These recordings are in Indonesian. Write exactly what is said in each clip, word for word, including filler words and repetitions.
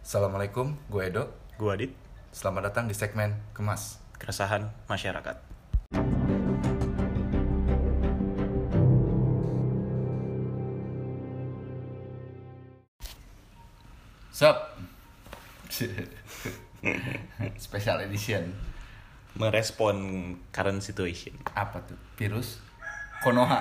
Assalamualaikum, gue Edo. Gue Adit. Selamat datang di segmen Kemas Keresahan Masyarakat. Sup. Special edition. Merespon current situation. Apa tuh? Virus Konoha.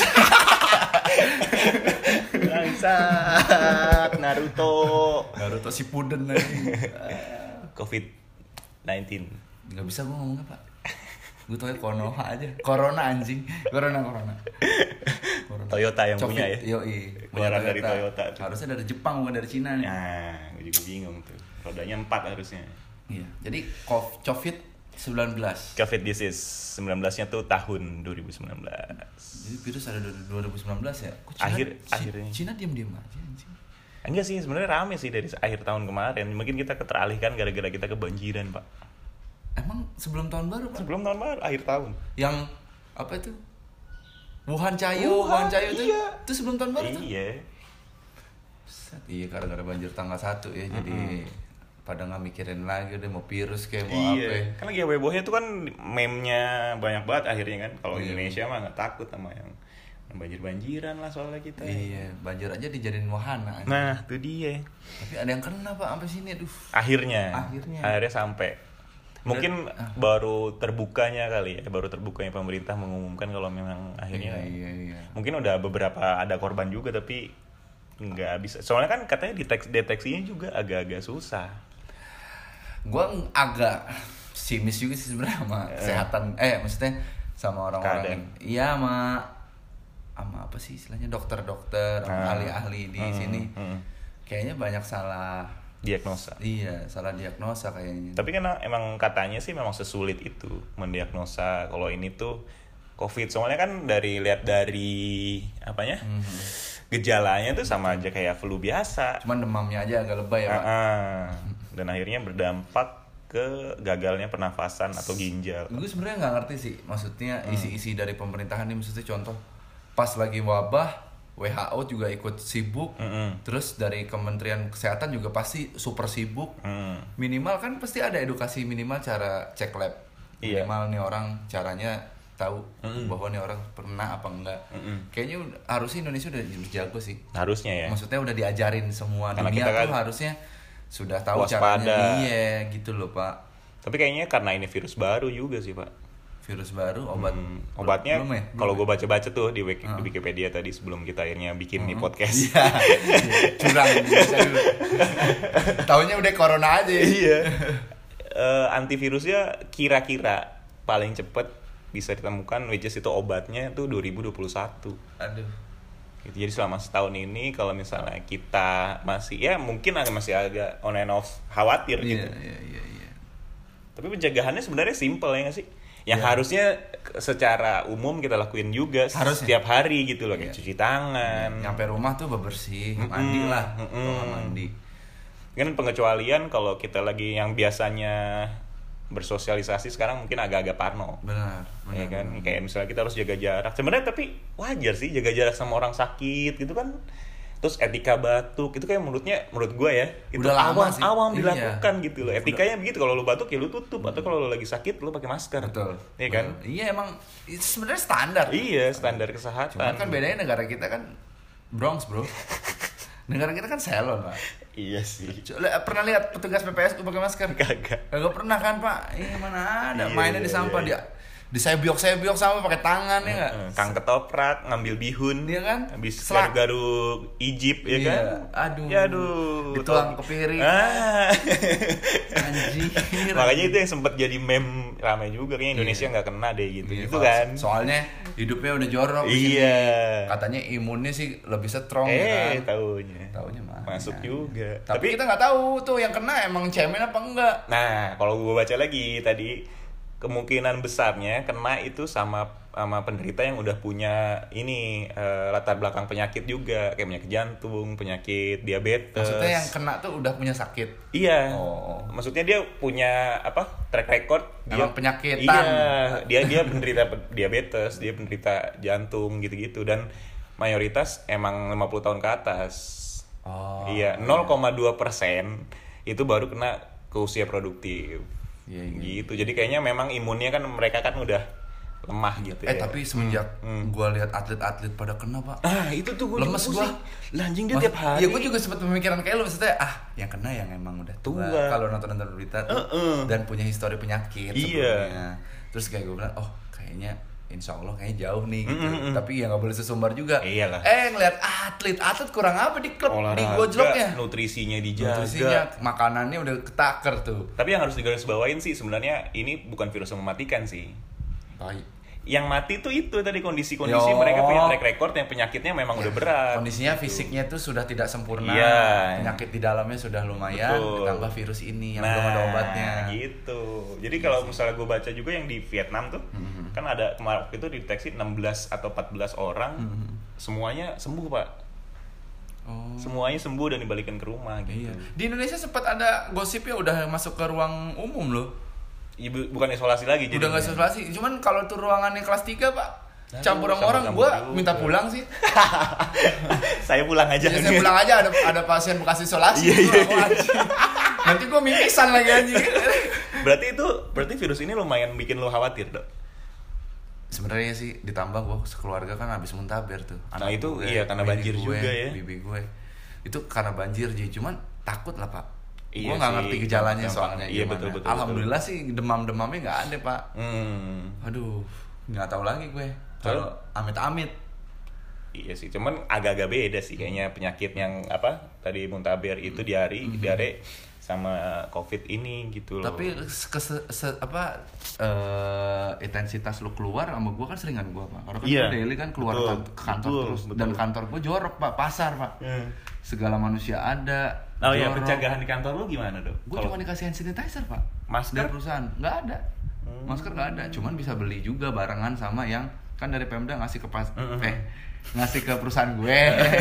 Bangsat Naruto. Naruto Shippuden lagi. covid sembilan belas. Gak bisa gue ngomong apa. Gue tau ya Konoha aja. Corona anjing. Corona Corona. Corona. Toyota yang Cofit, punya ya. Yoi. Keluaran dari Toyota tuh. Harusnya dari Jepang bukan dari Cina nih. Nah, gue juga bingung tuh. Rodanya empat harusnya. Iya. Jadi Covid sembilan belas. Covid disease sembilan belasnya tuh tahun dua ribu sembilan belas. Jadi virus ada dari dua ribu sembilan belas ya? Kok Cina, Akhir Cina, akhirnya. Cina diam-diam aja anjing. Enggak sih, sebenarnya rame sih dari akhir tahun kemarin. Mungkin kita keteralihkan gara-gara kita kebanjiran, Pak. Emang sebelum tahun baru, Pak? Sebelum tahun baru, akhir tahun. Yang apa itu? Wuhan Cayo, Wuhan, Wuhan Cayo itu, iya. itu sebelum tahun baru tuh. Iya. Buset, iya gara-gara banjir tanggal satu ya, mm-hmm. Jadi pada nggak mikirin lagi udah mau virus kayak mau iya. apa. Kan lagi hebohnya tuh kan meme-nya banyak banget akhirnya kan. Kalau iya. Indonesia mah nggak takut sama yang banjir-banjiran lah soalnya kita. Iya, banjir aja dijadiin wahana. Aja. Nah, itu dia. Tapi ada yang kena Pak sampai sini, aduh. Akhirnya. Akhirnya. Akhirnya sampai. Mungkin ah. baru terbukanya kali ya, baru terbukanya pemerintah mengumumkan kalau memang akhirnya. Iya, iya, iya. Mungkin udah beberapa ada korban juga tapi nggak bisa. Soalnya kan katanya deteks deteksinya juga agak-agak susah. Gua agak simis juga sih sebenarnya sama eh. kesehatan. Eh, maksudnya sama orang-orang. Iya, sama sama apa sih istilahnya dokter-dokter, ah. ahli-ahli di hmm, sini. Hmm. Kayaknya banyak salah diagnosa. Iya, salah diagnosa kayaknya. Tapi kan emang katanya sih memang sesulit itu mendiagnosa kalau ini tuh COVID. Soalnya kan dari lihat dari apanya? Mm-hmm. Gejalanya tuh sama aja kayak flu biasa. Cuman demamnya aja agak lebay ya, Pak. Uh-uh. Dan akhirnya berdampak ke gagalnya pernafasan atau ginjal. Gue sebenarnya nggak ngerti sih, maksudnya isi-isi dari pemerintahan ini, maksudnya contoh pas lagi wabah W H O juga ikut sibuk, mm-hmm. Terus dari Kementerian Kesehatan juga pasti super sibuk, mm. Minimal kan pasti ada edukasi minimal cara cek lab, iya. Minimal nih orang caranya tahu mm-hmm. bahwa nih orang pernah apa enggak, mm-hmm. Kayaknya harusnya Indonesia udah jago sih, harusnya ya, maksudnya udah diajarin semua. Karena dunia tuh kan harusnya sudah tahu waspada. Caranya, iya gitu loh Pak. Tapi kayaknya karena ini virus baru juga sih Pak. Virus baru, obat hmm, obatnya ya? Kalau gue baca-baca tuh di Wiki, uh. Wikipedia tadi sebelum kita akhirnya bikin uh. nih podcast. Iya. Curang bisa dulu. Taunya udah corona aja. Iya. uh, antivirusnya kira-kira paling cepet bisa ditemukan, which is itu obatnya tuh dua ribu dua puluh satu. Aduh. Gitu, jadi selama setahun ini kalau misalnya kita masih ya mungkin agak masih agak on and off khawatir gitu. Iya, iya, iya, iya. Tapi pencegahannya sebenarnya simple ya nggak sih? Yang ya. Harusnya secara umum kita lakuin juga harusnya. Setiap hari gitu loh, kayak ya. Cuci tangan. Ya. Nyampe rumah tuh bebersih, mm-mm, mandi lah, mm-mm. mandi. Kan pengecualian kalau kita lagi yang biasanya bersosialisasi sekarang mungkin agak-agak parno. Benar. benar ya kan, benar. kayak misalnya kita harus jaga jarak. Sebenarnya tapi wajar sih jaga jarak sama orang sakit gitu kan. Terus etika batuk itu kayak menurutnya menurut gue ya itu udah lama awam, sih. awam Iya. dilakukan gitu loh. Etikanya udah. Begitu, kalau lu batuk ya lu tutup, hmm. atau kalau lu lagi sakit lu pakai masker. Betul. Iya kan? Betul. Iya emang itu sebenarnya standar. Iya, standar kesehatan. Cuman kan bedanya negara kita kan Bronx, Bro. Negara kita kan Ceylon, Pak. Iya sih. Pernah lihat petugas P P S U pakai masker? Kagak. Kagak pernah kan, Pak? Iya mana ada. Iya, mainnya iya, di sampah iya. dia. Disebiok-sebiok sama pakai tangan ya enggak? Kang ketoprak, ngambil bihun, dia kan? Habis garuk-garuk Egypt ya iya. kan? Aduh. Ya aduh. Dituang ke piring. Ah. Anjir. Makanya itu yang sempat jadi meme ramai juga, kayaknya Indonesia nggak iya. kena deh gitu. Iya, gitu kan. Soalnya hidupnya udah jorok. Iya. Katanya imunnya sih lebih strong eh, ya kan. Taunya. Taunya mana? Masuk juga. Tapi, Tapi kita nggak tahu tuh yang kena emang cemen apa enggak. Nah, kalau gue baca lagi tadi kemungkinan besarnya kena itu sama sama penderita yang udah punya ini uh, latar belakang penyakit juga, kayak penyakit jantung, penyakit diabetes. Maksudnya yang kena tuh udah punya sakit. Iya. Oh. Maksudnya dia punya apa? Track record dia penyakitan. Iya, dia dia penderita diabetes, dia penderita jantung gitu-gitu, dan mayoritas emang lima puluh tahun ke atas. Oh. Iya, nol koma dua persen itu baru kena ke usia produktif. Iya, iya. Gitu. Jadi kayaknya memang imunnya kan mereka kan udah lemah gitu Eh ya. tapi semenjak hmm. gue lihat atlet-atlet pada kena pak, ah itu tuh gue lemes gue, lanjing dia tiap hari. Ya gue juga sempat pemikiran kayak lu, maksudnya ah yang kena yang emang udah tua, tua. Kalau nonton-nonton berita tuh uh-uh. dan punya histori penyakit iya. sebelumnya. Terus kayak gue bilang oh kayaknya insya Allah kayaknya jauh nih gitu. Mm-hmm. Tapi ya nggak boleh sesumbar juga. Iyalah. Eh ngeliat atlet atlet kurang apa di klub, olahraga, di gojloknya, nutrisinya dijaga, nutrisinya, makanannya udah ketaker tuh. Tapi yang harus digarisbawain sih sebenarnya ini bukan virus yang mematikan sih. Baik. Yang mati tuh itu tadi kondisi-kondisi Yo. mereka punya track record yang penyakitnya memang ya, udah berat. Kondisinya gitu. Fisiknya tuh sudah tidak sempurna. Ya. Penyakit di dalamnya sudah lumayan. Betul. Ditambah virus ini yang nah, belum ada obatnya. Gitu. Jadi kalau misalnya gue baca juga yang di Vietnam tuh, mm-hmm. kan ada kemarin itu dideteksi enam belas atau empat belas orang, mm-hmm. semuanya sembuh pak. Oh. Semuanya sembuh dan dibalikin ke rumah gitu. Iya. Di Indonesia sempat ada gosipnya udah masuk ke ruang umum loh. Ibu bukan isolasi lagi jadi. Udah enggak isolasi, cuman kalau tuh ruangannya kelas tiga, Pak. Campur sama orang, gua juga. Minta pulang sih. Saya pulang aja. Ya, saya pulang aja, ada ada pasien bekas isolasi. Iya, iya, iya. Nanti gua mimisan lagi anjing. Berarti itu berarti virus ini lumayan bikin lo khawatir, Dok. Sebenarnya sih ditambah gua sekeluarga kan habis muntaber tuh. Nah, itu gue, iya karena banjir gue, juga ya. Bibi gue. Itu karena banjir jadi cuman takut lah, Pak. Iya gue nggak ngerti gejalanya gampang. soalnya iya, gimana. Betul, betul, Alhamdulillah betul. sih demam-demamnya nggak ada pak. Hmm. Aduh, nggak tahu lagi gue. Kalau amit-amit. Iya sih, cuman agak-agak beda sih kayaknya penyakit yang apa tadi muntaber itu diare, mm-hmm. diare sama COVID ini gitu loh. Tapi ke se, se, apa uh, intensitas lu keluar sama gue kan seringan gue pak. Karena kan yeah. gue daily kan keluar betul, ke kantor betul, terus betul. Dan kantor gue jorok pak, pasar pak. Hmm. Segala manusia ada. Oh iya, pencegahan di kantor lu gimana dok? Gue cuma dikasih hand sanitizer pak. Masker? Dari perusahaan nggak ada. Hmm. Masker nggak ada, cuman bisa beli juga barengan sama yang kan dari Pemda ngasih ke pas, mm-hmm. eh ngasih ke perusahaan gue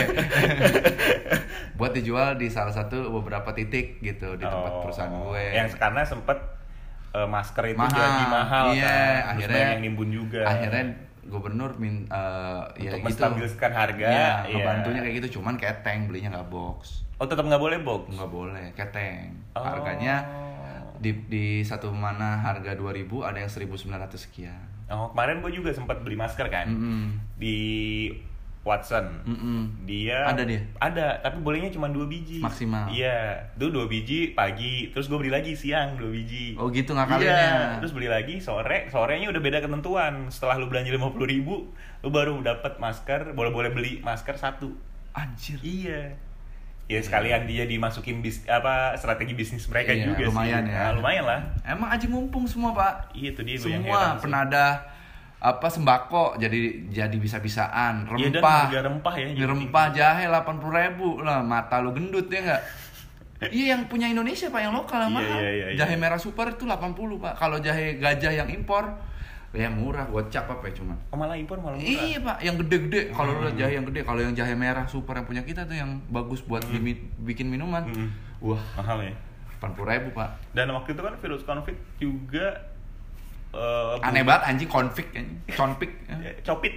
buat dijual di salah satu beberapa titik gitu di tempat oh, perusahaan gue. Yang karena sempet uh, masker itu mahal, jadi mahal iya, kan. Akhirnya yang nimbun juga. Akhirnya gubernur min uh, ya untuk gitu. menstabilkan harga. Ya, iya. Ngebantunya kayak gitu, cuman keteng belinya nggak box. Oh tetap nggak boleh box? Nggak boleh, keteng. Oh. Harganya di di satu mana harga dua ribu ada yang seribu sembilan ratus sekian. Oh kemarin gue juga sempat beli masker kan mm-hmm. di Watson. Mm-mm. Dia ada dia ada tapi bolehnya cuma dua biji maksimal. Iya tuh dua biji pagi terus gue beli lagi siang dua biji. Oh gitu ngakalinnya. Iya terus beli lagi sore sorenya udah beda ketentuan. Setelah lu belanja lima puluh ribu lu baru dapat masker boleh boleh beli masker satu. Anjir. Iya ya sekalian dia dimasukin bis apa strategi bisnis mereka iya, juga lumayan sih. Ya. Nah, lumayan lah. Emang aja mumpung semua pak. Iya itu dia semua penadah apa sembako jadi jadi bisa-bisaan rempah. Iya dan harga rempah ya. Rempah jahe delapan puluh ribu lah mata lu gendut ya nggak? Iya yang punya Indonesia pak yang lokal mahal. Iya, iya, iya, jahe iya. merah super itu delapan puluh pak. Kalau jahe gajah yang impor ya murah, gocap apa ya cuman. Oh malah impor malah murah. Iya pak, yang gede-gede. Kalau hmm. jahe yang gede, kalau yang jahe merah super yang punya kita tuh yang bagus buat hmm. bimi, bikin minuman. Hmm. Wah mahal ya. delapan puluh ribu pak. Dan waktu itu kan virus konflik juga. Uh, aneh banget anjing konflik anjing, conpik. Copit.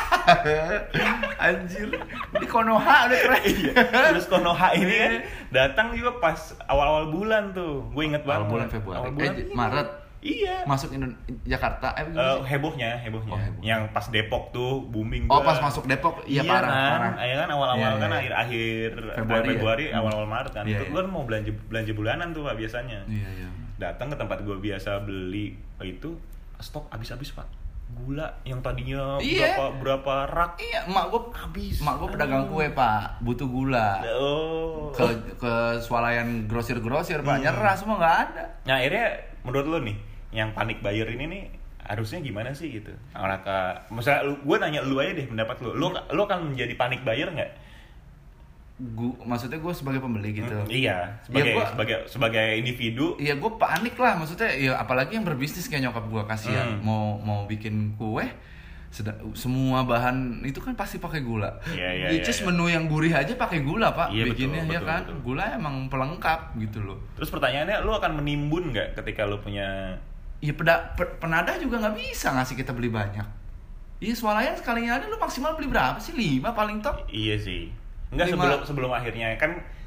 Anjir. Ini Konoha udah keren. Virus Konoha ini kan datang juga pas awal-awal bulan tuh. Gue inget banget. Awal bulan Februari. Awal bulan eh, Maret. Iya. Masuk Indo- Jakarta. Eh, uh, hebohnya, hebohnya. Oh, heboh. Yang pas Depok tuh booming. Oh, pas masuk Depok, iya, iya parah, kan? parah. Iya kan awal-awal iya, kan iya. akhir-akhir Februari, Februari ya? awal-awal Maret kan. Iya, itu iya. kan mau belanja belanja bulanan tuh Pak biasanya. Iya, iya. Datang ke tempat gue biasa beli itu stok habis-habis Pak. Gula yang tadinya iya. berapa berapa rak. Iya, emak gue habis. Emak gue pedagang kue, Pak. Butuh gula. Oh. Ke ke swalayan grosir-grosir, Pak. Hmm. Nyerah semua enggak ada. Nah, akhirnya menurut lu nih, yang panik buyer ini nih harusnya gimana sih gitu? Apakah misalnya lu, gue nanya lu aja deh pendapat lu. Lu lu akan menjadi panik buyer enggak? Gu, maksudnya gue sebagai pembeli gitu. Hmm, iya, sebagai ya gua, sebagai sebagai individu. Iya, gue panik lah. Maksudnya ya apalagi yang berbisnis kayak nyokap gue kasihan. Hmm. Mau mau bikin kue seda, semua bahan itu kan pasti pakai gula. Iya, iya, Which is iya, menu yang gurih aja pakai gula, Pak. Iya, bikinnya betul, ya betul, kan. Betul. Gula emang pelengkap gitu loh. Terus pertanyaannya lu akan menimbun nggak ketika lu punya Iya, peda, pe, penadah juga nggak bisa ngasih kita beli banyak. Iya, swalayan sekalinya ada lu maksimal beli berapa sih? lima paling top. Iya sih. Enggak sebelum sebelum akhirnya kan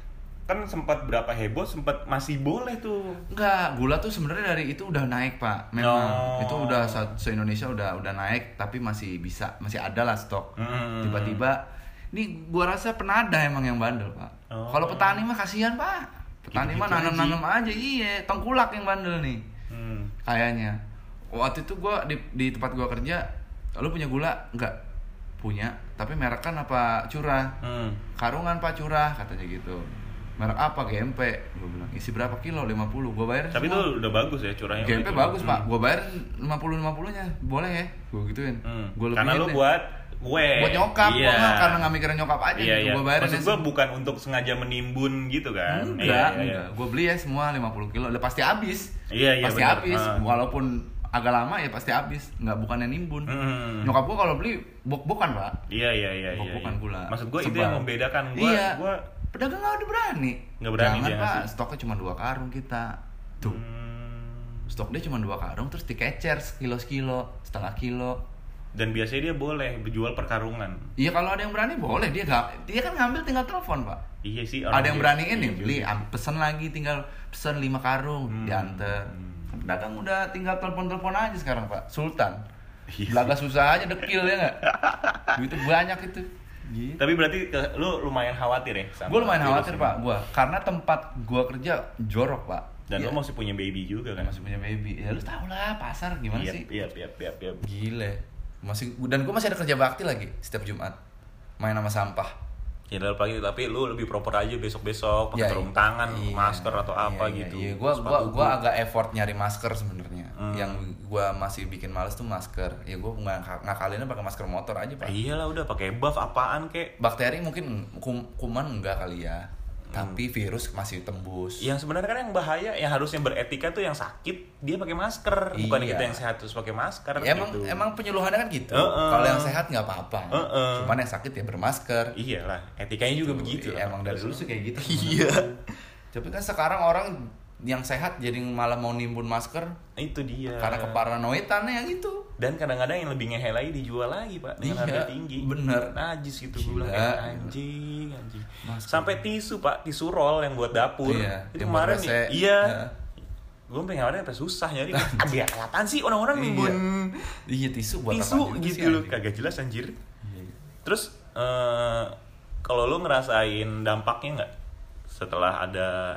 kan sempat berapa heboh, sempat masih boleh tuh. Enggak, gula tuh sebenarnya dari itu udah naik Pak, memang oh. Itu udah se-Indonesia udah udah naik, tapi masih bisa, masih ada lah stok. Hmm. Tiba-tiba, ini gua rasa penada emang yang bandel Pak. Oh. Kalau petani mah kasihan Pak, petani gitu, mah nanam-nanam aja, iya, tengkulak yang bandel nih. Hmm. Kayaknya, waktu itu gua di, di tempat gua kerja, lu punya gula? Enggak punya, tapi merek kan apa curah? Hmm. Karungan Pak curah, katanya gitu. Merek apa? G M P. Gue bilang, isi berapa kilo? lima puluh. Gue bayar. Tapi semua. Itu udah bagus ya curahnya. G M P bagus, hmm. Pak. Gue bayar lima puluh lima puluh-nya. Boleh ya? Gue gituin. Hmm. Gua karena lu buat gue. Buat nyokap. Iya. Gua karena enggak mikirin nyokap aja iya, gitu. Iya. Gue bayar. Maksud gue bukan untuk sengaja menimbun gitu kan. Enggak, iya, iya, enggak. Gue beli ya semua lima puluh kilo. Udah pasti habis. Iya, iya, pasti bener. habis. Uh. Walaupun agak lama ya pasti habis. Enggak bukannya nimbun. Hmm. Nyokap gue kalau beli bok-bokan, Pak. Iya, iya, iya, bok-bokan iya. gula. Maksud gue itu yang membedakan gue. Iya. Gua pedagang nggak ada berani. Nggak berani. Jangan dia Pak, ngasih. stoknya cuma dua karung kita. Tuh. Hmm. Stok dia cuma dua karung, terus dikecer sekilo sekilo, setengah kilo. Dan biasanya dia boleh berjual per karungan. Iya kalau ada yang berani boleh, dia gak, dia kan ngambil tinggal telepon Pak. Iya sih. Ada yang beraniin nih, beli, pesen lagi, tinggal pesen lima karung, hmm. diantar. Hmm. Pedagang udah tinggal telepon-telepon aja sekarang Pak. Sultan. Belaga susah aja dekil ya nggak? Duitnya banyak itu. Gitu. Tapi berarti lu lumayan khawatir ya? Gue lumayan khawatir Pak, gue karena tempat gue kerja jorok Pak. Dan ya. Lu masih punya baby juga kan? Masih punya baby, ya lu tau lah pasar gimana yep, sih? Iya, iya, iya, iya. Gile, masih dan gue masih ada kerja bakti lagi setiap Jumat, main sama sampah. Ya dalam pagi tapi lu lebih proper aja besok-besok pakai ya, sarung tangan, iya, masker atau iya, apa iya, gitu. Iya, gua gua gua agak effort nyari masker sebenarnya. Hmm. Yang gua masih bikin males tuh masker. Ya gua nggak ngakalinnya pakai masker motor aja, Pak. Iyalah udah pakai buff apaan kek. Bakteri mungkin kum, kuman enggak kali ya. Tapi virus masih tembus. Yang sebenarnya kan yang bahaya, yang harusnya beretika tuh yang sakit dia pakai masker, iya. Bukan kita yang sehat terus pakai masker. Ya, emang gitu. emang penyuluhannya kan gitu. Uh-uh. Kalau yang sehat nggak apa-apa. Uh-uh. Cuman yang sakit ya bermasker. Iyalah, etikanya juga gitu. begitu. Ya, emang dari dulu sih kayak gitu. Iya. Tapi kan sekarang orang yang sehat jadi malah mau nimbun masker. Itu dia. Karena keparanoitannya yang itu. Dan kadang-kadang yang lebih ngehe lagi dijual lagi Pak dengan iya, harga tinggi. Bener. Najis gitu gue bilang kayak anjing, anjing. Masker. Sampai tisu Pak, tisu roll yang buat dapur. Iya, itu kemarin nih. Iya. Ya. Gue pengen kemarin sampai susah nyari. Biar apaan sih orang-orang nimbun iya tisu buat tisu gitu loh, kagak jelas anjir. Iya. Terus uh, kalau lu ngerasain dampaknya nggak setelah ada?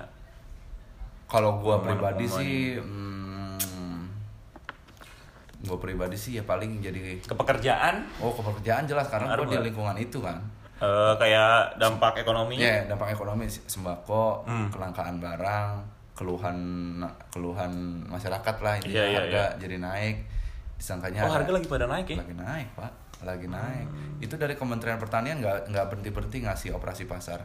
Kalau gue pribadi sih. Gue pribadi sih ya paling jadi kepekerjaan. Oh kepekerjaan jelas karena gue di lingkungan itu kan. Uh, kayak dampak ekonomi. Ya yeah, dampak ekonomi sembako, hmm. kelangkaan barang, keluhan keluhan masyarakat lah ini yeah, harga yeah, yeah. jadi naik. Disangkanya. Oh harga lagi pada naik ya? Lagi naik Pak, lagi naik. Hmm. Itu dari Kementerian Pertanian nggak nggak berhenti berhenti ngasih operasi pasar.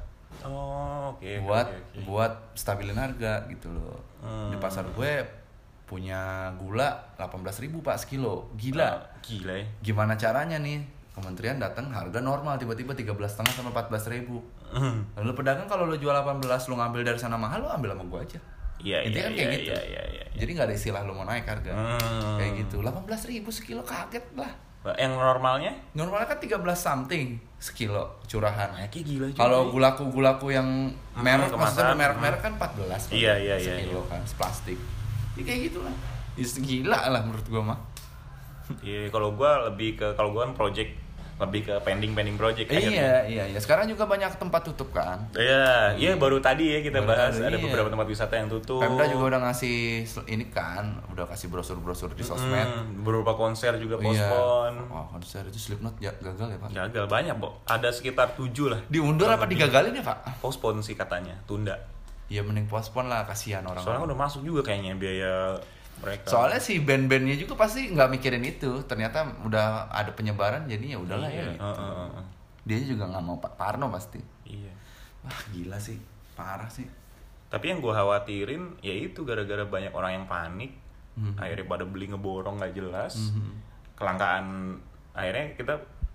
Oh oke. Okay, buat okay, okay. buat stabilin harga gitu loh. Hmm. Di pasar gue punya gula delapan belas ribu Pak sekilo. Gila. Uh, gila ya. Gimana caranya nih? Kementerian datang harga normal tiba-tiba tiga belas setengah sama empat belas ribu. Mm. Lalu pedagang kalau lu jual delapan belas lu ngambil dari sana mahal lu ambil sama gua aja. Iya iya kan iya, kayak gitu. Iya, iya, iya. Jadi enggak ada istilah lu mau naik harga. Mm. Kayak gitu. delapan belas ribu sekilo kaget lah. Yang normalnya? Normalnya kan tiga belas something sekilo curahan. Nah, kayak gila juga. Kalau gulaku-gulaku yang merek hmm, maksudnya merek-merek kan empat belas. Iya iya iya. Sekilo kan plastik. Ya kayak gitulah. Gila lah menurut gua mah. Iya, kalau gua lebih ke kalau gua kan project lebih ke pending-pending project eh, iya, iya, iya. Sekarang juga banyak tempat tutup kan? Iya, iya baru tadi ya kita baru bahas ada iya. beberapa tempat wisata yang tutup. Pemda juga udah ngasih ini kan, udah kasih brosur-brosur di sosmed. Hmm, beberapa konser juga postpone. Iya. Oh, konser itu Slipknot ya, gagal ya, Pak? Gagal banyak, Pak. Ada sekitar tujuh lah. Diundur apa digagalin ya, Pak? Postpone sih katanya, tunda. Iya, mending postpone lah, kasihan orang. Soalnya udah masuk juga kayaknya biaya mereka. Soalnya si band-bandnya juga pasti nggak mikirin itu. Ternyata udah ada penyebaran, jadi ya udahlah iya, ya. Gitu. Uh, uh, uh. Dia juga nggak mau Pak Parno pasti. Iya. Wah gila sih, parah sih. Tapi yang gue khawatirin ya itu gara-gara banyak orang yang panik, mm-hmm. akhirnya pada beli ngeborong nggak jelas, mm-hmm. kelangkaan akhirnya kita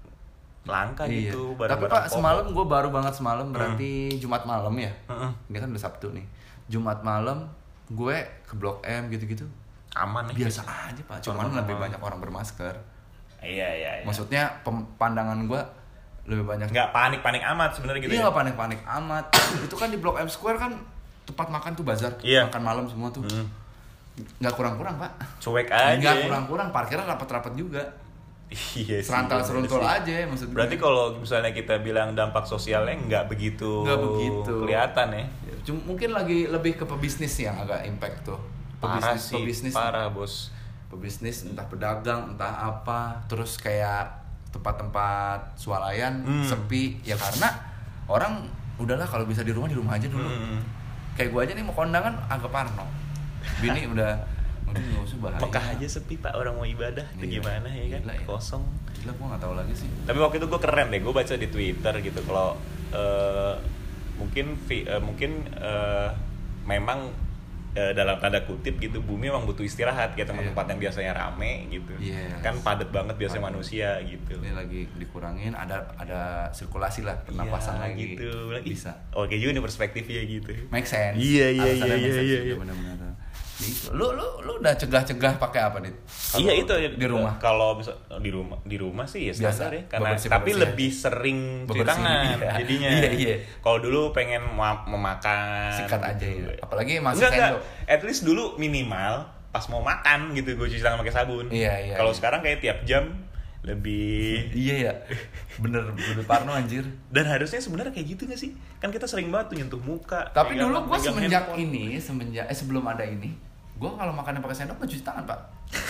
langka iya. gitu. Tapi Pak semalam gue baru banget semalam berarti mm. Jumat malam ya. Uh-uh. Ini kan udah Sabtu nih. Jumat malam gue ke Blok M gitu-gitu. Aman nih. Biasa aja Pak, cuman aman, lebih aman. Banyak orang bermasker. Iya iya. iya. Maksudnya pandangan gue lebih banyak. Nggak panik-panik amat sebenarnya gitu. Iya, ya? nggak panik-panik amat. Itu kan di Blok M Square kan tempat makan tuh bazar, Iya. makan malam semua tuh. Hmm. Nggak kurang-kurang, Pak. Cuek aja. Nggak kurang-kurang, parkiran rapat-rapat juga. Iya sih. Serantal seruntul aja maksudnya. Berarti kalau misalnya kita bilang dampak sosialnya nggak begitu, nggak begitu kelihatan ya. Cuma mungkin lagi lebih ke pebisnis yang agak impact tuh. Parah Pebisnis, sih, pebisnis, parah bos. Pebisnis entah pedagang, entah apa. Terus kayak tempat-tempat swalayan hmm. sepi ya karena orang udahlah kalau bisa di rumah di rumah aja dulu. Hmm. Kayak gue aja nih mau kondangan agak parno. Bini udah udah nggak usah bahaya. Mekah aja sepi Pak, orang mau ibadah itu iya. gimana ya kan? Gila, ya. Kosong. Gila, gue nggak tahu lagi sih. Tapi waktu itu gue keren deh, gue baca di Twitter gitu kalau uh, mungkin uh, mungkin uh, memang uh, dalam tanda kutip gitu bumi memang butuh istirahat kayak tempat-tempat yeah. yang biasanya rame gitu. Yes. Kan padat banget biasanya padet. Manusia gitu. Ini lagi dikurangin, ada ada sirkulasi lah, pernapasan yeah, lagi. Gitu. Bisa. Oke juga nih perspektifnya gitu. Make sense. Iya iya iya iya iya. iya. Benar-benar. Gitu. Lu lu lu udah cegah-cegah pakai apa nih? Iya itu di rumah. Kalau bisa di rumah di rumah sih ya standar ya karena bebersih, tapi bebersih lebih aja. Sering cuci tangan iya. Jadinya. Iya iya. Kalau dulu pengen memakan sikat aja ya. Apalagi masih enggak, enggak. At least dulu minimal pas mau makan gitu gue cuci tangan pakai sabun. Iya iya. Kalau iya. sekarang kayak tiap jam lebih iya ya bener bener parno anjir. Dan harusnya sebenarnya kayak gitu nggak sih, kan kita sering banget tuh nyentuh muka. Tapi dulu gue semenjak handphone. ini semenjak eh sebelum ada ini gue kalau makannya pakai sendok nggak cuci tangan Pak.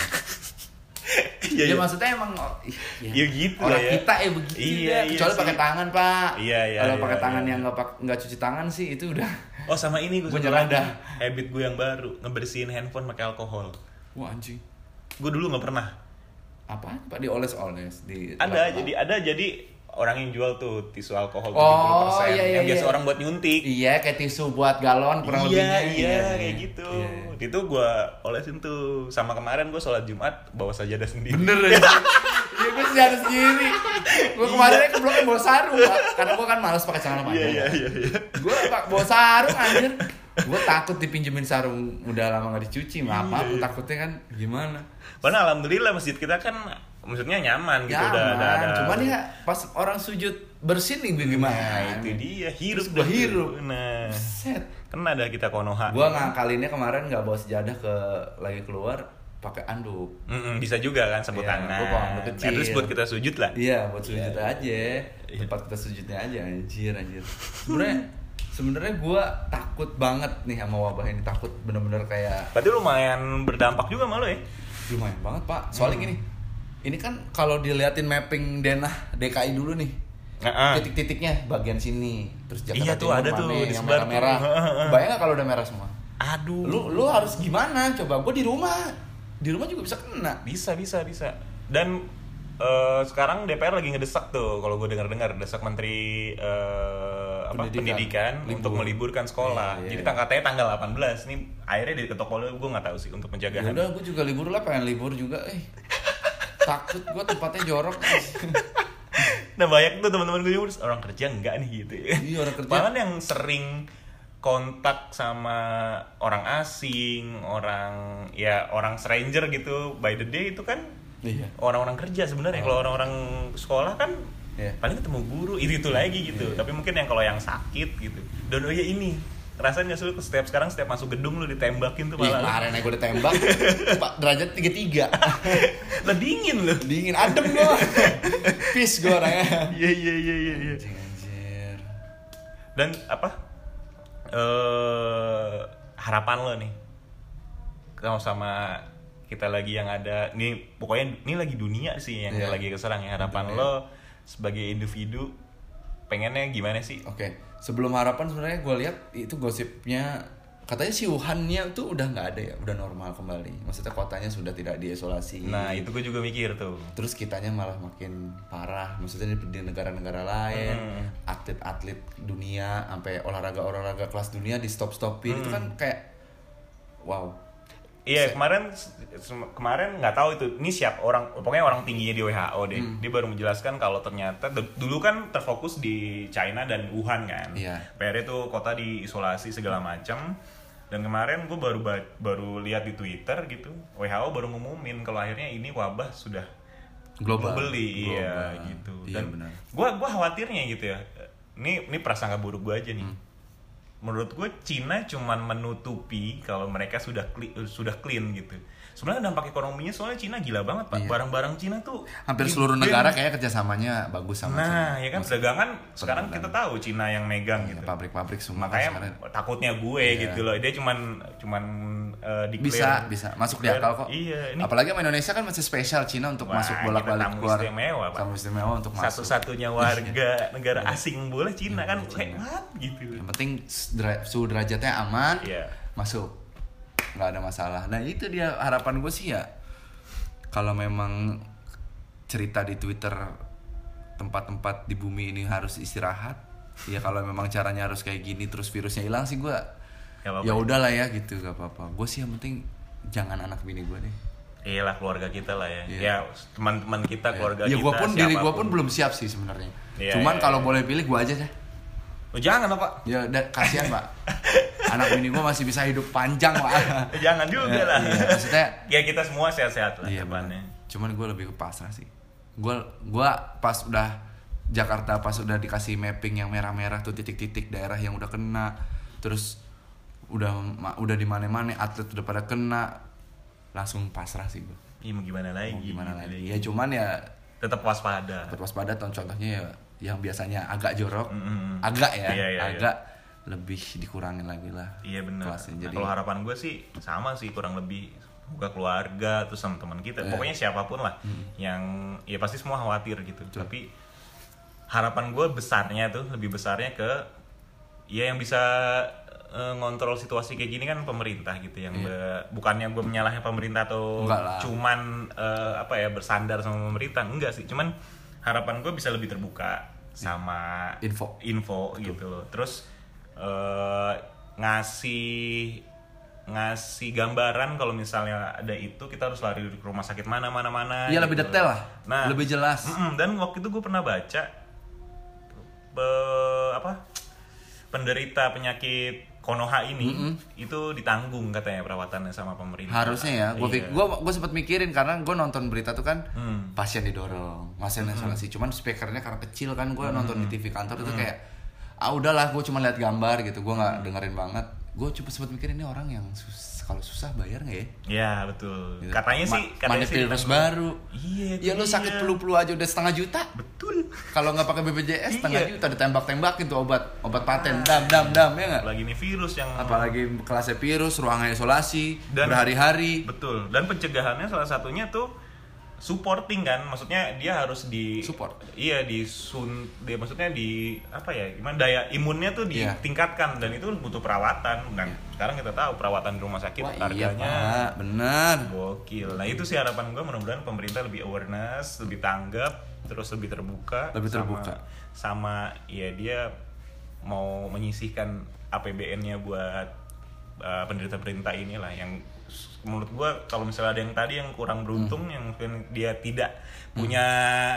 ya, ya maksudnya emang ya, ya gitu orang ya. Kita ya begitu iya, ya kecuali iya pakai tangan Pak. Iya iya. Kalau iya, pakai iya, tangan iya. yang nggak nggak cuci tangan sih itu udah. Oh sama ini gue nyerah dah. Habit gue yang baru ngebersihin handphone pakai alkohol. Wah anjing. Gue dulu nggak pernah. Apaan Pak? Dioles-oles di ada jadi ada jadi orang yang jual tuh tisu alkohol tujuh puluh persen oh, iya, iya, yang biasa iya. orang buat nyuntik. Iya, kayak tisu buat galon kurang iya, lebihnya. Iya, iya, kayak gitu. Iya. Itu gue olesin tuh. Sama kemarin gue sholat Jumat bawa sajadah sendiri. Bener ya. Iya, gue sajadah sendiri. Gue kemarin ke blok bawa sarung, Pak. Karena gue kan malas pakai celana panjang. Iya, iya, iya. Gue Pak bawa sarung anjir. Gue takut dipinjemin sarung udah lama gak dicuci. Maaf, maaf, iya, iya. Takutnya kan gimana. Padahal alhamdulillah masjid kita kan maksudnya nyaman gitu. Nyaman, udah, udah, udah. Cuman ya pas orang sujud bersin nih gimana? Nah, itu dia hirup gue hirup. Nah, set. Kan ada kita Konoha. Gue ngakalinnya kemarin nggak bawa sejadah ke lagi keluar pakai anduk. Mm-mm, bisa juga kan sebut ya, tangan. Gue bawa anduk kecil. At least buat kita sujud lah. Iya buat sujud ya. aja. Ya. Tempat kita sujudnya aja anjir anjir. Sebenarnya sebenarnya gue takut banget nih sama wabah ini, takut bener-bener kayak. Berarti lumayan berdampak juga malu ya? Lumayan banget Pak. Soalnya hmm. gini. Ini kan kalau diliatin mapping denah D K I dulu nih, uh-uh. titik-titiknya bagian sini, terus Jakarta iya, tuh, ada tuh, nih, yang merah-merah. Bayang nggak kalau udah merah semua? Aduh. Lu lu harus gimana? Coba gue di rumah, di rumah juga bisa kena. Bisa bisa bisa. Dan uh, sekarang D P R lagi ngedesak tuh, kalau gue dengar-dengar desak Menteri uh, apa pendidikan, pendidikan untuk meliburkan sekolah. Iya, iya, Jadi iya. katanya tanggal delapan belas nih, akhirnya di ketok palu gue nggak tahu sih untuk pencegahan. Ya udah, gue juga libur lah, pengen libur juga. Eh. Takut gue tempatnya jorok. Nah banyak tuh teman-teman gue orang kerja enggak nih gitu ya. Iya orang kerja. Malah yang sering kontak sama orang asing, orang ya orang stranger gitu by the day itu kan iya. orang-orang kerja sebenarnya. Oh. Kalau orang-orang sekolah kan yeah. paling ketemu guru itu itu lagi gitu. Yeah. Tapi mungkin yang kalau yang sakit gitu. Dan oh ya ini rasanya sih setiap sekarang setiap masuk gedung lu ditembakin tuh malah. Kemarin gue ditembak, Pak derajat tiga puluh tiga. Lah dingin lu. Dingin adem gua. Peace gua orangnya. Iya iya iya iya iya. Anjir. Dan apa? Eh harapan lo nih. Kalau sama kita lagi yang ada nih pokoknya ini lagi dunia sih yang yeah. lagi keserang ya. Harapan dunia. Lo sebagai individu pengennya gimana sih? Oke, okay. Sebelum harapan sebenarnya gue lihat itu gosipnya katanya si Wuhan-nya tuh udah nggak ada ya, udah normal kembali. Maksudnya kotanya sudah tidak diisolasi. Nah itu gue juga mikir tuh. Terus kitanya malah makin parah. Maksudnya di negara-negara lain, hmm. atlet-atlet dunia, sampai olahraga-olahraga kelas dunia di stop-stopin. Hmm. Itu kan kayak wow. Iya Se- kemarin kemarin nggak tahu itu ini siap orang pokoknya orang tingginya di W H O deh hmm. dia baru menjelaskan kalau ternyata dulu kan terfokus di China dan Wuhan kan yeah. P R itu kota diisolasi segala macam dan kemarin gue baru baru lihat di Twitter gitu W H O baru ngumumin kalau akhirnya ini wabah sudah global beli, global. Iya gitu. Iya, Dan benar. gue gue khawatirnya gitu ya. Ini ini prasangka buruk gue aja nih. Hmm. Menurut gue Cina cuman menutupi kalau mereka sudah clean, sudah clean gitu. Sebenarnya dampak ekonominya soalnya Cina gila banget Pak. Iya. Barang-barang Cina tuh hampir seluruh negara kayak kerjasamanya bagus sama nah, Cina. Nah ya kan perdagangan sekarang kita tahu Cina yang megang iya, gitu. Pabrik-pabrik semua. Makanya sekarang. Takutnya gue iya. gitu loh. Dia cuman cuman uh, bisa bisa masuk di akal kok. Iya. Ini... Apalagi sama Indonesia kan masih spesial Cina untuk Wah, masuk bolak-balik keluar. Istimewa, Pak. Tamu istimewa untuk masuk. Satu-satunya warga negara asing boleh Cina iya, kan hebat gitu. Yang penting suhu derajatnya aman. Iya. Masuk. Nggak ada masalah. Nah itu dia harapan gue sih ya. Kalau memang cerita di Twitter tempat-tempat di bumi ini harus istirahat, ya kalau memang caranya harus kayak gini terus virusnya hilang sih gue, ya udahlah ya gitu, gak apa-apa. Gue sih yang penting jangan anak bini gue deh. Iyalah keluarga kita lah ya, yeah. ya teman-teman kita, keluarga ya, kita. Ya gue pun diri gue pun belum siap sih sebenarnya. Yeah, Cuman yeah, kalau yeah. boleh pilih gue aja deh. Oh, jangan apa? Ya da- kasihan Pak. Anak bini gue masih bisa hidup panjang Pak. Jangan juga ya, lah. Iya, maksudnya ya kita semua sehat-sehat lah iya, depannya. Cuman gue lebih ke pasrah sih. Gue gue pas udah Jakarta pas udah dikasih mapping yang merah-merah tuh titik-titik daerah yang udah kena, terus udah udah di mana-mana atlet udah pada kena, langsung pasrah sih gue. Iya mau gimana lagi? Mau gimana gitu lagi? Ya cuman ya tetap waspada. Tetap waspada. Contohnya ya yang biasanya agak jorok, mm-hmm. agak ya, iya, iya, agak iya. lebih dikurangin lagi lah. Iya benar. Nah, jadi kalau harapan gue sih sama sih kurang lebih semoga keluarga terus sama teman kita, yeah. pokoknya siapapun lah hmm. yang ya pasti semua khawatir gitu. Betul. Tapi harapan gue besarnya tuh lebih besarnya ke ya yang bisa uh, ngontrol situasi kayak gini kan pemerintah gitu yang yeah. be, bukannya gue menyalahkan pemerintah atau cuman uh, apa ya bersandar sama pemerintah, enggak sih, cuman harapan gue bisa lebih terbuka sama info info gitu loh. Terus uh, ngasih ngasih gambaran kalau misalnya ada itu kita harus lari ke rumah sakit mana mana mana. Iya gitu. Lebih detail lah. Nah, lebih jelas. Dan waktu itu gue pernah baca be, apa penderita penyakit Konoha ini mm-hmm. itu ditanggung katanya perawatannya sama pemerintah. Harusnya ya. Gue iya. gue gue sempat mikirin karena gue nonton berita tuh kan hmm. pasien didorong, pasien isolasi. Hmm. Cuman speakernya karena kecil kan gue hmm. nonton di T V kantor itu hmm. kayak ah udahlah gue cuma lihat gambar gitu, gue nggak hmm. dengerin banget. Gue cuma sempat mikirin ini orang yang sus- kalau susah bayar nggak ya? Iya betul. Gitu. Katanya Ma- sih katanya sih virus baru. Iya. Ya lu sakit flu-flu aja udah setengah juta. Betul. Kalau nggak pakai B P J S setengah iya. juta ditembak-tembakin tuh obat obat paten dam dam dam ya nggak? Apalagi ini virus yang apalagi kelasnya virus, ruangan isolasi dan berhari-hari. Betul. Dan pencegahannya salah satunya tuh supporting kan, maksudnya dia harus di support. Iya, di sun dia maksudnya di apa ya? Gimana daya imunnya tuh ditingkatkan yeah. dan itu butuh perawatan. Dan yeah. sekarang kita tahu perawatan di rumah sakit Wah, harganya iya, benar. Gokil. Nah, itu sih harapan gue, mudah-mudahan pemerintah lebih awareness, lebih tanggap, terus lebih terbuka lebih sama, terbuka sama ya dia mau menyisihkan A P B N-nya buat uh, penderita-penderita inilah yang menurut gue kalau misalnya ada yang tadi yang kurang beruntung hmm. yang mungkin dia tidak punya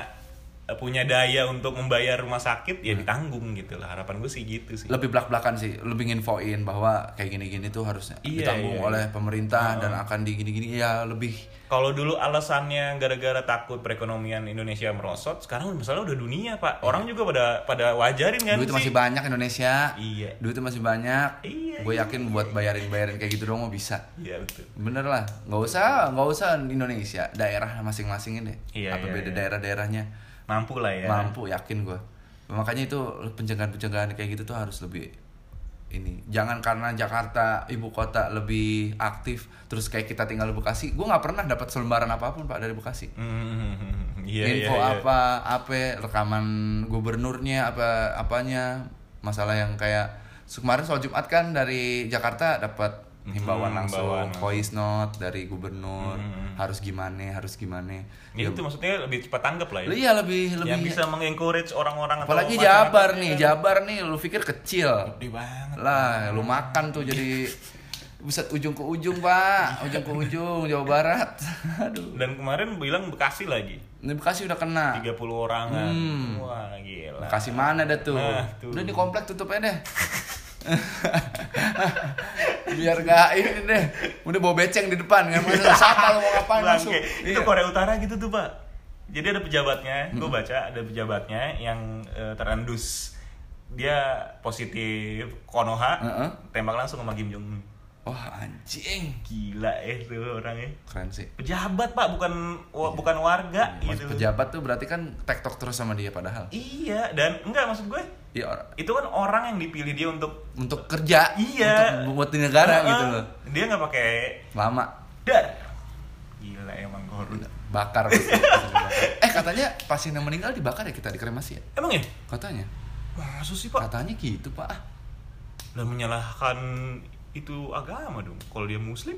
hmm. punya daya untuk membayar rumah sakit ya hmm. ditanggung gitu lah, harapan gue sih gitu sih. Lebih belak-belakan sih, lebih nginfoin bahwa kayak gini-gini tuh harusnya iya, ditanggung iya, oleh iya. pemerintah uh-huh. dan akan di gini-gini ya lebih. Kalau dulu alasannya gara-gara takut perekonomian Indonesia merosot, sekarang misalnya udah dunia Pak, orang iya. juga pada pada wajarin kan. Duit sih. masih banyak Indonesia. Iya. Duit masih banyak. Iya. Gue yakin iya. buat bayarin-bayarin kayak gitu dong mau bisa. Iya betul. Bener lah, nggak usah nggak usah Indonesia, daerah masing-masingin deh. Iya, apa iya, beda iya. daerah-daerahnya. Mampu lah ya. Mampu, yakin gue. Makanya itu pencegahan-pencegahan kayak gitu tuh harus lebih ini. Jangan karena Jakarta ibu kota lebih aktif terus kayak kita tinggal di Bekasi. Gue nggak pernah dapat selembaran apapun Pak dari Bekasi. Mm-hmm. Yeah, Info yeah, yeah. apa, apa rekaman gubernurnya apa apanya, masalah yang kayak kemarin soal Jumat kan dari Jakarta dapat himbauan hmm, langsung, himbauan. voice note dari gubernur, hmm. harus gimana, harus gimana. Ya, itu maksudnya lebih cepat tanggap lah ya. Iya lebih lebih. Yang bisa mengencourage orang-orang. Apalagi atau Jabar nih, kan. Jabar nih, lu pikir kecil. Gede banget. Lah, lu makan tuh jadi buset ujung ke ujung Pak, ujung ke ujung Jawa Barat. Aduh. Dan kemarin bilang Bekasi lagi. Ini Bekasi udah kena. tiga puluh orangan. Hmm. Wah gila. Bekasi mana dah tuh? Nah, tuh. Udah di komplek tutup aja deh. Biar gak ini deh, udah bawa beceng di depan kan, masa sapa lu mau ngapain masuk. Itu iya. Korea Utara gitu tuh Pak. Jadi ada pejabatnya, gue baca ada pejabatnya yang uh, terendus. Dia positif Konoha, uh-uh. tembak langsung sama Kim Jong Un. Wah anjing, gila eh tuh orangnya. Keren sih. Pejabat pak, bukan wa, bukan warga. Iya, gitu. Pejabat tuh berarti kan tektok terus sama dia padahal. Iya, dan enggak maksud gue. Iya, or- itu kan orang yang dipilih dia untuk untuk kerja, iya, untuk buat di negara uh, gitu loh. Dia nggak pakai lama. Dar. Gila emang korun. Bakar. eh katanya pasien yang meninggal dibakar ya, kita dikremasi ya? Emang ya? Katanya. Masa sih pak? Katanya gitu pak. Dan menyalahkan itu agama dong. Kalau dia muslim?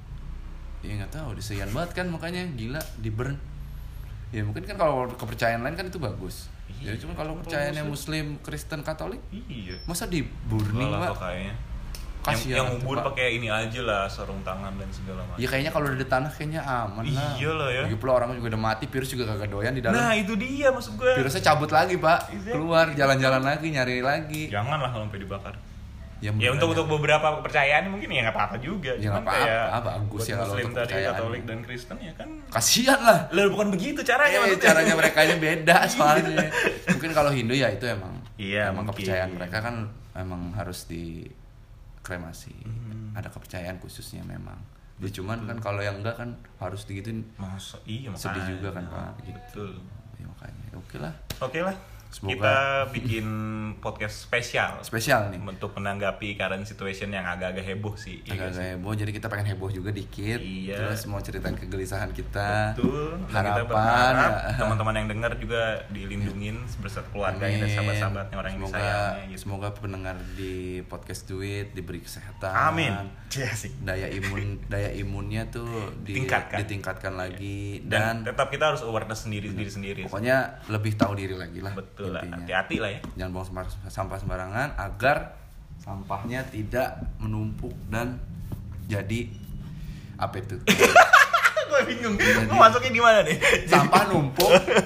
Ya nggak tahu, disayang banget kan makanya gila di burn. Ya mungkin kan kalau kepercayaan lain kan itu bagus. Iya, jadi cuma kalau percayaannya muslim, Kristen, Katolik, iya. Masa di burning pak? Kayaknya. Kasian yang yang ubur pakai ini aja lah, sarung tangan dan segala macam. Ya kayaknya kalau di tanah kayaknya aman lah. Iya lah ya. Lagi pula orang juga udah mati, virus juga kagak doyan di dalam. Nah itu dia maksud gue. Virusnya cabut lagi pak, keluar jalan-jalan lagi, nyari lagi. Janganlah kalau sampai dibakar. Ya, ya untuk untuk beberapa kepercayaan mungkin ya nggak apa-apa juga. Ya nggak apa-apa, bagus ya kalau Muslim tadi, Katolik dan Kristen ya kan. Kasian lah. Lah bukan begitu caranya. Eh, caranya mereka nya beda soalnya. Mungkin kalau Hindu ya itu emang. Iya. Emang mungkin. Kepercayaan mereka kan emang harus di kremasi. Hmm. Ada kepercayaan khususnya memang. Ya cuman kan kalau yang enggak kan harus digituin. Masa iya makanya. Sedih juga kan Pak. Gitu. Betul. Ya makanya. Oke lah. Oke lah. Semoga kita bikin podcast spesial spesial nih untuk menanggapi current situation yang agak-agak heboh sih. Agak-agak ya heboh, jadi kita pengen heboh juga dikit. Iya. Terus mau ceritain kegelisahan kita. Betul. Harapan ya. Teman-teman yang dengar juga dilindungin beserta keluarganya dan sahabat-sahabatnya orang yang semoga, disayangnya. Gitu. Semoga pendengar di podcast Duit diberi kesehatan. Amin. Daya imun daya imunnya tuh di, ditingkatkan. ditingkatkan lagi dan, dan tetap kita harus awareness sendiri diri sendiri. Pokoknya lebih tahu diri lagi lah. Betul lah. Hati-hati lah ya. Jangan buang sampah sembarangan agar sampahnya tidak menumpuk dan jadi apa itu? Gue bingung. Gue masuknya di mana nih? Sampah numpuk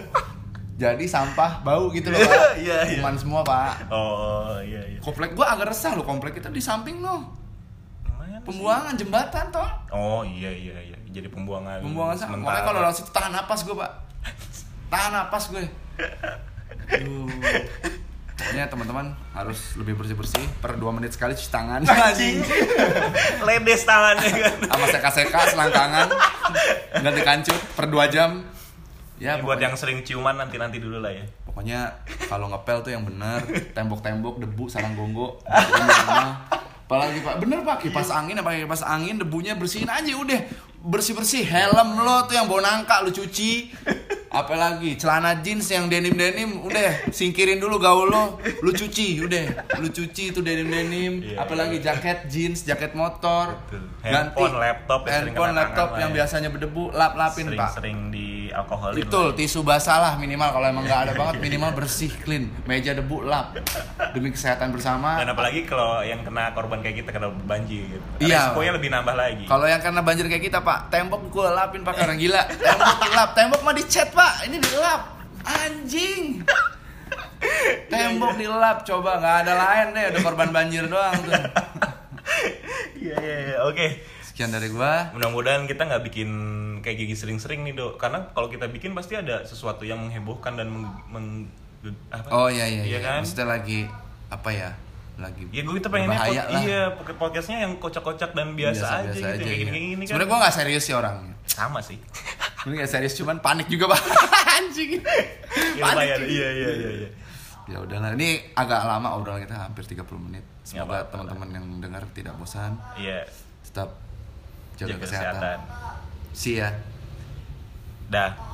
jadi sampah bau gitu loh Pak. Iya, iya. Cuman semua Pak. Oh iya iya. Komplek gua agak resah loh, komplek kita di samping loh. Pembuangan sih? Jembatan toh. Oh iya iya iya. Jadi pembuangan. Pembuangan sementara. Makanya kalau lewat situ tahan napas gua Pak. Tahan napas gue. Aduh. Pokoknya teman-teman harus lebih bersih-bersih. Per dua menit sekali cuci tangan. Anjing. Ledes tangannya kan. Sama seka-seka selangkangan. Ganti kancut per dua jam. Ya, buat yang sering ciuman nanti-nanti dulu lah ya. Pokoknya kalau ngepel tuh yang bener. Tembok-tembok, debu, sarang gonggo. Apalagi Pak, bener Pak, kipas angin apa kipas angin, debunya bersihin aja udah. Bersih-bersih, helm lo tuh yang bawa nangka lu cuci. Apalagi celana jeans yang denim-denim udah singkirin dulu gaul lo, lu cuci udah, lu cuci itu denim-denim. Yeah, apalagi yeah. Jaket jeans, jaket motor. Betul. Ganti handphone, laptop, handphone, laptop yang ya. Biasanya berdebu, lap-lapin sering, Pak. Sering di alkoholin. Betul, lah. Tisu basah lah minimal kalau emang nggak ada banget minimal bersih, clean. Meja debu lap demi kesehatan bersama. Dan apalagi kalau yang kena korban kayak kita kena banjir gitu. Iya. Resikonya lebih nambah lagi. Kalau yang kena banjir kayak kita Pak, tembok gue lapin Pak, orang gila. Tembok dilap, tembok mah dicat Pak, ini dilap. Anjing. Tembok dilap, coba nggak ada lain deh, ada korban banjir doang tuh. Iya iya iya, oke. Sekian dari gua. Mudah-mudahan kita nggak bikin kayak gigi sering-sering nih Dok, karena kalau kita bikin pasti ada sesuatu yang menghebohkan dan meng, meng apa? Oh iya iya. Iya kan? Maksudnya lagi apa ya? Lagi ya gue kita pengennya pod, iya podcastnya yang kocak-kocak dan biasa, biasa aja, biasa gitu aja, kayak iya. gini-gini kan. Sebenarnya gue nggak serius sih orangnya. Sama sih. Gue nggak serius, cuman panik juga Pak. Anjing. Panik. Iya iya iya iya. iya. Ya udahlah, ini agak lama obrolan kita, hampir tiga puluh menit. Semoga teman-teman yang dengar tidak bosan. Iya. Tetap jaga, jaga kesehatan. kesehatan. See ya. Dah.